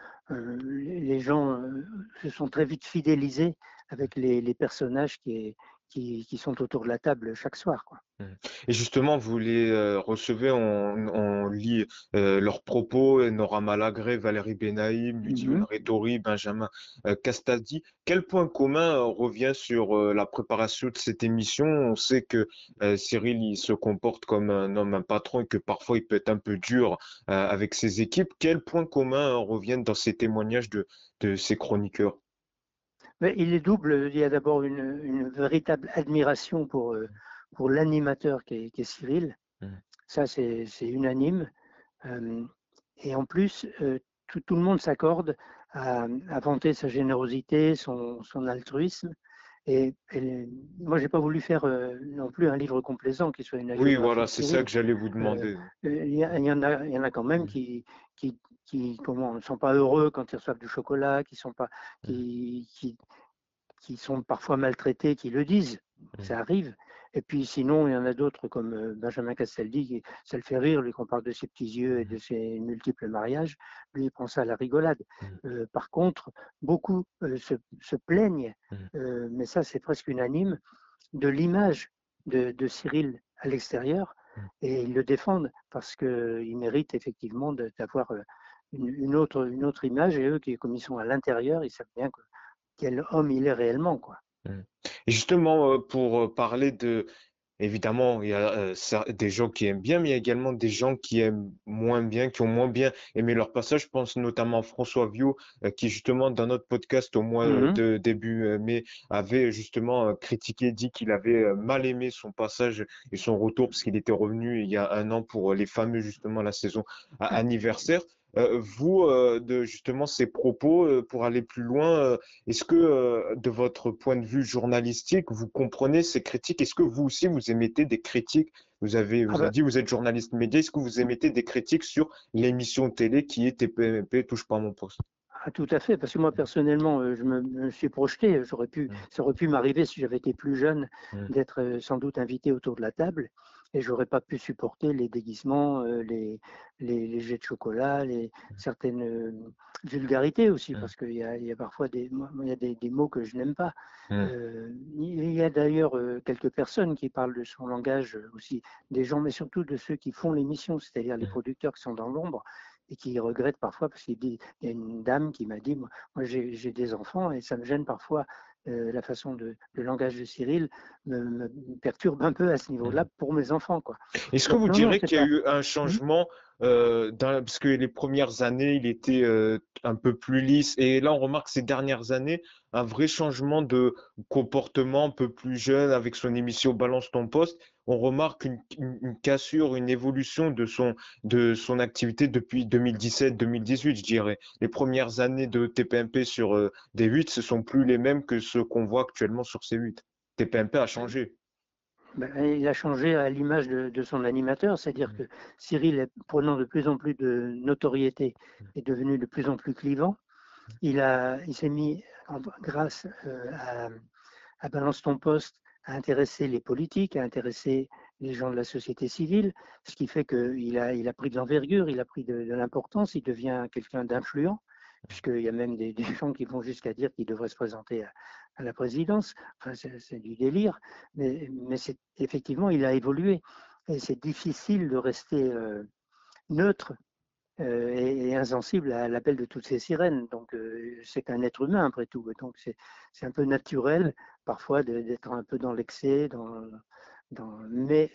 les gens se sont très vite fidélisés avec les personnages qui sont autour de la table chaque soir, quoi. Et justement, vous les recevez, on lit leurs propos, Nora Malagré, Valérie Benaïm, Ludivine Mhm. Rettori, Benjamin Castaldi. Quel point commun revient sur la préparation de cette émission? On sait que Cyril, il se comporte comme un homme, un patron, et que parfois il peut être un peu dur avec ses équipes. Quels points communs reviennent dans ces témoignages de ces chroniqueurs? Mais il est double. Il y a d'abord une véritable admiration pour l'animateur qui est Cyril. Mm. Ça, c'est unanime. Euh, et en plus, tout le monde s'accorde à vanter sa générosité, son altruisme. Et moi, j'ai pas voulu faire non plus un livre complaisant qui soit une Oui, agiographie voilà, de c'est ça Cyril. que j'allais vous Euh, demander. il y en a quand même Mm. qui comment, ne sont pas heureux quand ils reçoivent du chocolat, Mm. qui, qui, qui sont parfois maltraités, qui le disent. Mm. Ça arrive. Et puis sinon, il y en a d'autres comme Benjamin Castaldi, ça le fait rire, lui, qu'on parle de ses petits yeux et de ses multiples mariages. Lui, il prend ça à la rigolade. Mm. Par contre, beaucoup se plaignent, Mm. mais ça, c'est presque unanime, de l'image de Cyril à l'extérieur. Mm. Et ils le défendent parce qu'il mérite effectivement d'avoir une autre image. Et eux, comme ils sont à l'intérieur, ils savent bien quel homme il est réellement, quoi. Mm. Et justement, pour parler de, évidemment, il y a des gens qui aiment bien, mais il y a également des gens qui aiment moins bien, qui ont moins bien aimé leur passage. Je pense notamment à François Viau, qui justement dans notre podcast au mois Mhm. de début mai avait justement critiqué, dit qu'il avait mal aimé son passage et son retour parce qu'il était revenu il y a un an pour les fameux justement la saison anniversaire. Vous, de justement ces propos, pour aller plus loin, est-ce que, de votre point de vue journalistique, vous comprenez ces critiques? Est-ce que vous aussi, vous émettez des critiques? Ah Vous avez bah, dit, vous êtes journaliste média. Est-ce que vous émettez des critiques sur l'émission télé qui est TPMP, touche pas à mon poste? ah, tout à fait, parce que moi personnellement, me suis projeté. Mm. Ça aurait pu m'arriver si j'avais été plus jeune, Mm. d'être sans doute invité autour de la table, et j'aurais pas pu supporter les déguisements, les jets de chocolat, certaines vulgarités aussi, Mm. parce il y a parfois il y a des mots que je n'aime pas. Mm. Il y a d'ailleurs quelques personnes qui parlent de son langage aussi, des gens, mais surtout de ceux qui font l'émission, c'est-à-dire les Mm. producteurs qui sont dans l'ombre et qui regrettent parfois parce qu'il dit, il y a une dame qui m'a dit, moi j'ai des enfants et ça me gêne parfois la façon le langage de Cyril me perturbe un peu à ce niveau-là Mm. pour mes enfants, quoi. Est-ce que Donc vous non, non, direz c'est qu'il y a pas. eu un Hmm. changement parce que les premières années, il était un peu plus lisse et là, on remarque ces dernières années un vrai changement de comportement un peu plus jeune avec son émission Balance ton poste. On remarque une cassure, une évolution de son activité depuis 2017-2018, je dirais. Les premières années de TPMP sur D8, ce sont plus les mêmes que ceux qu'on voit actuellement sur C8. TPMP a changé. Ben, il a changé à l'image de son animateur, c'est-à-dire que Cyril, prenant de plus en plus de notoriété, est devenu de plus en plus clivant. Il s'est mis, grâce à Balance ton poste, à intéresser les politiques, à intéresser les gens de la société civile, ce qui fait il a pris de l'envergure, il a pris de l'importance, il devient quelqu'un d'influent, puisqu'il y a même des gens qui vont jusqu'à dire qu'il devrait se présenter à la présidence. Enfin, c'est du délire, mais effectivement, il a évolué. Et c'est difficile de rester neutre et insensible à l'appel de toutes ces sirènes. Donc, c'est qu'un être humain après tout. Donc, c'est un peu naturel parfois d'être un peu dans l'excès, mais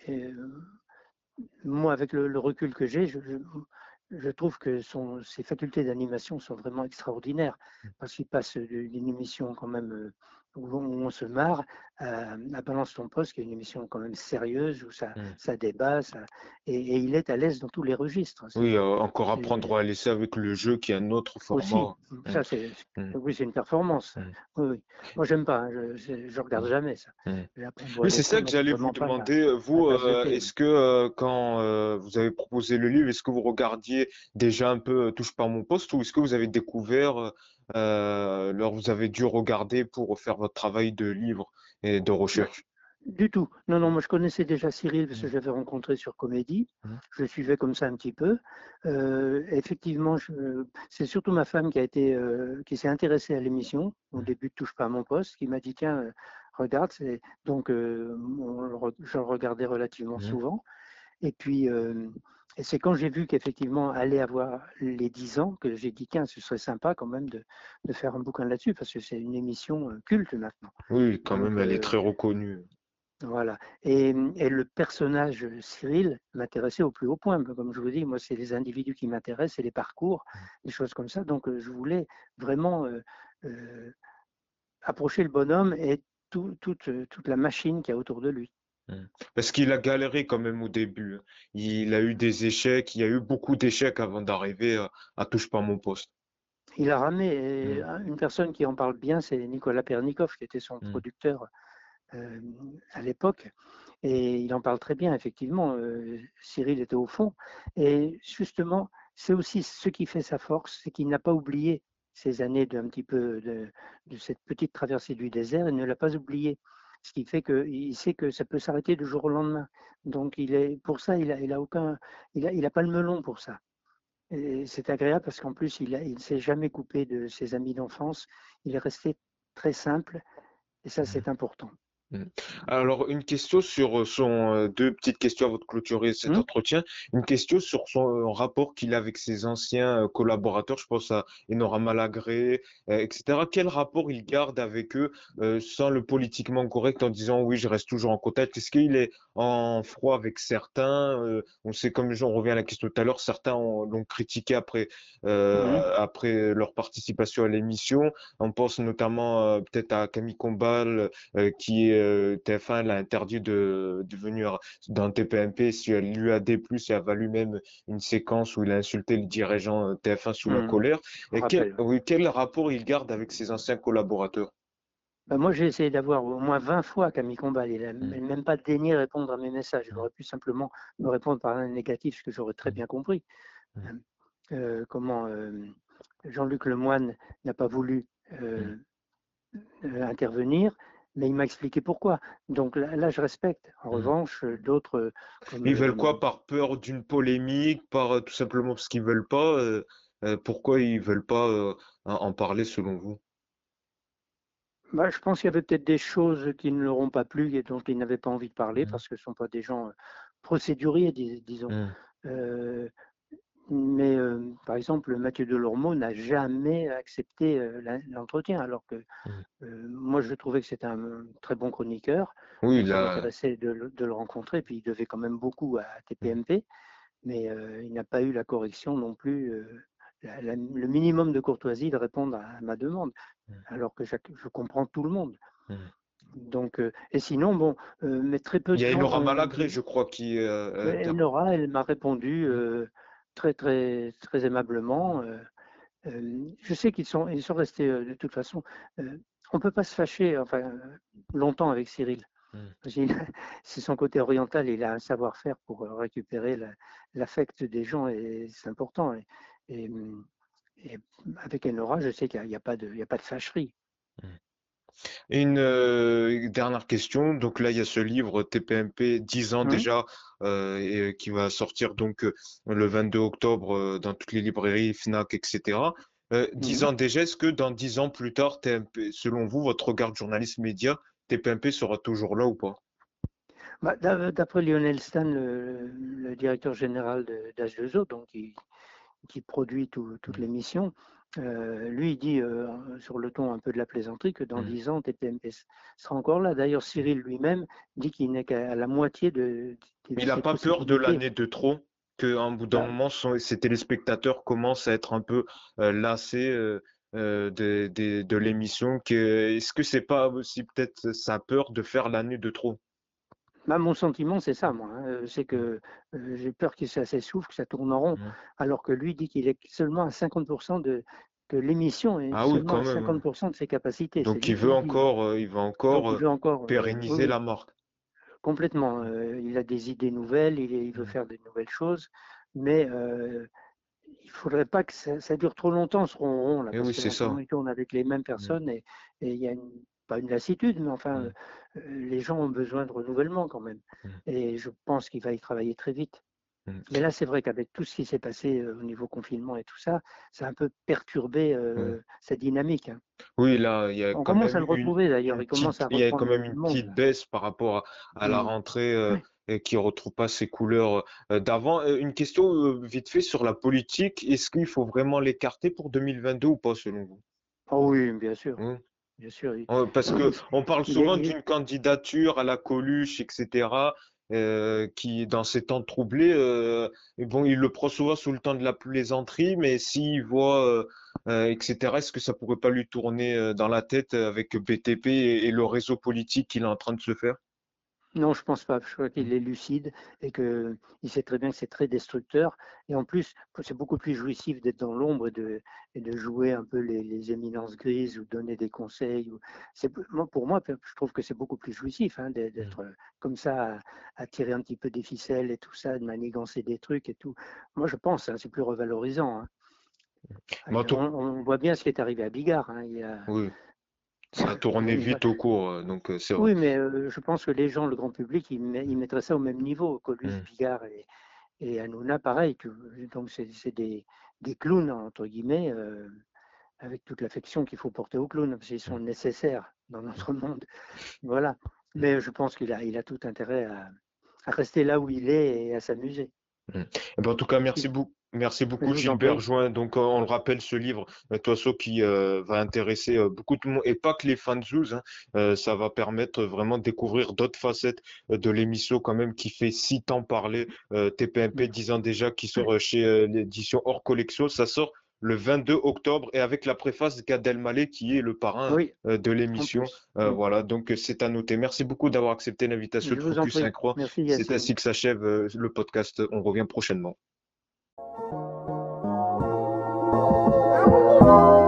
moi, avec le recul que j'ai, je trouve que ses facultés d'animation sont vraiment extraordinaires parce qu'il passe d'une émission quand même où on se marre à Balance ton poste, qui est une émission quand même sérieuse où ça débat, et il est à l'aise dans tous les registres. Oui, encore apprendre à laisser avec le jeu qui est un autre Aussi, format. ça Mm. oui, c'est une performance. Mm. Oui, oui. Moi, j'aime pas, hein, je regarde jamais ça. Mm. Et après, Oui, les c'est ça fous que n'ont j'allais vous vraiment pas demander. la Vous, tasse de thé. est-ce que quand vous avez proposé le livre, est-ce que vous regardiez déjà un peu Touche pas à mon poste ou est-ce que vous avez découvert, alors vous avez dû regarder pour faire votre travail de livre et de recherche? Du tout. Non, non, moi je connaissais déjà Cyril parce que Mm. j'avais rencontré sur Comédie. Mm. Je le suivais comme ça un petit peu. Effectivement, c'est surtout ma femme qui s'est intéressée à l'émission au début de Touche pas à mon poste, qui m'a dit tiens, regarde. Donc je le regardais relativement Mm. souvent. Et puis et c'est quand j'ai vu qu'effectivement allait avoir les 10 ans que j'ai dit tiens, ce serait sympa quand même de faire un bouquin là-dessus parce que c'est une émission culte maintenant. Oui, quand même, Donc elle est très reconnue. voilà. Et le personnage Cyril m'intéressait au plus haut point. Comme je vous dis, moi, c'est les individus qui m'intéressent, c'est les parcours, des choses comme ça. Donc, je voulais vraiment euh, approcher le bonhomme et toute la machine qu'il y a autour de lui. Mm. Parce qu'il a galéré quand même au début. Il a eu des échecs, il y a eu beaucoup d'échecs avant d'arriver à Touche pas à mon poste. Il a ramé. Et Mm. une personne qui en parle bien, c'est Nicolas Pernikov, qui était son Mm. producteur euh, à l'époque. Et il en parle très bien, effectivement. Cyril était au fond. Et justement, c'est aussi ce qui fait sa force, c'est qu'il n'a pas oublié ces années d'un petit peu de cette petite traversée du désert, il ne l'a pas oublié. Ce qui fait qu'il sait que ça peut s'arrêter du jour au lendemain. Donc pour ça, il a pas le melon pour ça. Et c'est agréable parce qu'en plus, il s'est jamais coupé de ses amis d'enfance. Il est resté très simple et ça, c'est important. Mm. Alors, une question sur deux petites questions avant de clôturer cet Hum. entretien. Une question sur son rapport qu'il a avec ses anciens collaborateurs, je pense à Enora Malagré, etc. Quel rapport il garde avec eux sans le politiquement correct en disant oui, je reste toujours en contact? Est-ce qu'il est en froid avec certains? On sait, comme on revient à la question tout à l'heure, certains l'ont critiqué Hum. après leur participation à l'émission. On pense notamment peut-être à Camille Combal qui TF1 l'a interdit de venir dans TPMP sur l'UAD+, et a valu même une séquence où il a insulté le dirigeant TF1 sous la Hum. colère. Je me Et rappelle. oui, quel rapport il garde avec ses anciens collaborateurs? Ben, moi, j'ai essayé d'avoir au moins 20 fois Camille Combal. Il n'a Mm, même pas daigné répondre à mes messages. Il mm, aurait pu simplement me répondre par un négatif, ce que j'aurais très mm, bien compris. mm, Comment Jean-Luc Lemoyne n'a pas voulu mm. intervenir, mais il m'a expliqué pourquoi. Donc là, je respecte. En Mm. revanche, d'autres comme Ils veulent quoi? Par peur d'une polémique, par tout simplement parce qu'ils veulent pas. Pourquoi ils veulent pas en parler selon vous? bah, je pense qu'il y avait peut-être des choses qui ne leur ont pas plu et dont ils n'avaient pas envie de parler Mm, parce que ce ne sont pas des gens procéduriers, disons. mm, Euh, Mais par exemple, Mathieu Delormeau n'a jamais accepté l'entretien, alors que mm. moi je trouvais que c'était un très bon chroniqueur. Oui, Donc ça là. m'intéressait de le rencontrer. Puis il devait quand même beaucoup à Mm, TPMP, mais il n'a pas eu la correction non plus, le minimum de courtoisie de répondre à ma demande, mm, alors que je comprends tout le monde. mm. Donc, et sinon, bon, mais très peu Il y de a gens Enora ont Malagré, dit. je crois, qui Nora, elle m'a répondu Mm, très, très, très aimablement. Je sais ils sont restés de toute façon. On ne peut pas se fâcher enfin, longtemps avec Cyril. mm. Parce c'est son côté oriental, il a un savoir-faire pour récupérer l'affect des gens et c'est important. Et, et avec Enora, je sais qu'il n'y a, il y a pas de fâcherie. Et une dernière question. Donc là, il y a ce livre TPMP 10 ans Hum, déjà et, qui va sortir donc le 22 octobre dans toutes les librairies, Fnac, etc. 10 hum. ans déjà, est-ce que dans 10 ans plus tard, TMP, selon vous, votre regard de journaliste média, TPMP sera toujours là ou pas? Bah, d'après Lionel Stan, le directeur général d'H2O, donc qui produit toute l'émission, lui, il dit, sur le ton un peu de la plaisanterie, que dans 10 ans, TPMP sera encore là. D'ailleurs, Cyril lui-même dit qu'il n'est qu'à la moitié de Il n'a ses pas peur de possibilités. l'année de trop, qu'à un bout d'un Bah, moment, ses téléspectateurs commencent à être un peu lassés de l'émission. Est-ce que c'est pas aussi peut-être sa peur de faire l'année de trop? mon sentiment, c'est ça, moi, hein. C'est que j'ai peur que ça s'essouffle, que ça tourne en rond, Mm. alors que lui dit qu'il est seulement à 50% que l'émission est Ah oui, seulement quand à même. 50% de ses capacités. C'est Donc lui qui le dit, hein. il va Donc encore il veut encore, oui, pérenniser oui, la marque. complètement. Il a des idées nouvelles, il veut Mm. faire de nouvelles choses, mais il faudrait pas que ça dure trop longtemps ce rond là, Et parce oui, que c'est maintenant ça. il tourne avec les mêmes Mm. personnes et il y a pas une lassitude, mais enfin, Mm. les gens ont besoin de renouvellement quand même. Mm. Et je pense qu'il va y travailler très vite. Mm. Mais là, c'est vrai qu'avec tout ce qui s'est passé au niveau confinement et tout ça, ça a un peu perturbé Ouais. cette dynamique, hein. Oui, là, il y a On quand commence à même le retrouver d'ailleurs, il commence à il y a quand reprendre même du une monde. petite baisse par rapport à la Mm. rentrée Ouais. et qui retrouve pas ses couleurs d'avant. Une question vite fait sur la politique. Est-ce qu'il faut vraiment l'écarter pour 2022 ou pas selon vous? Oh oui, bien sûr, Oui. bien sûr. Parce que on parle Il est- souvent il est- d'une candidature à la Coluche, etc., qui, dans ces temps troublés, et bon, il le prend souvent sous le temps de la plaisanterie, mais s'il voit, etc., est-ce que ça pourrait pas lui tourner dans la tête avec BTP et le réseau politique qu'il est en train de se faire? Non, je pense pas. Je crois qu'il est lucide et qu'il sait très bien que c'est très destructeur. Et en plus, c'est beaucoup plus jouissif d'être dans l'ombre et de jouer un peu les éminences grises ou donner des conseils. Pour moi, je trouve que c'est beaucoup plus jouissif, hein, d'être comme ça, à tirer un petit peu des ficelles et tout ça, de manigancer des trucs et tout. Moi, je pense, hein, c'est plus revalorisant, hein. Mais en tout, On voit bien ce qui est arrivé à Bigard, hein. oui, ça a tourné vite au cours, donc c'est vrai. Oui, mais je pense que les gens, le grand public, ils mettraient ça au même niveau. Coluche, Mm. Bigard et Hanouna, pareil. Donc, c'est des clowns, entre guillemets, avec toute l'affection qu'il faut porter aux clowns, parce qu'ils sont nécessaires dans notre monde. Voilà. Mais je pense il a tout intérêt à rester là où il est et à s'amuser. Mm. Eh ben, en tout cas, merci Je beaucoup, vous en Gilbert prie. Join. Donc, on le rappelle, ce livre, Toiso, qui va intéresser beaucoup de monde, et pas que les fans de Zouz, hein. Ça va permettre vraiment de découvrir d'autres facettes de l'émission, quand même, qui fait si tant parler. TPMP 10 ans déjà, qui sort chez l'édition hors collection. Ça sort le 22 octobre, et avec la préface Gad Elmaleh, qui est le parrain Oui, de en l'émission. plus. Mm. Voilà, donc c'est à noter. Merci beaucoup d'avoir accepté l'invitation Je de vous en Focus prie. Incroix. Merci, C'est Yacine. ainsi que s'achève le podcast. On revient prochainement.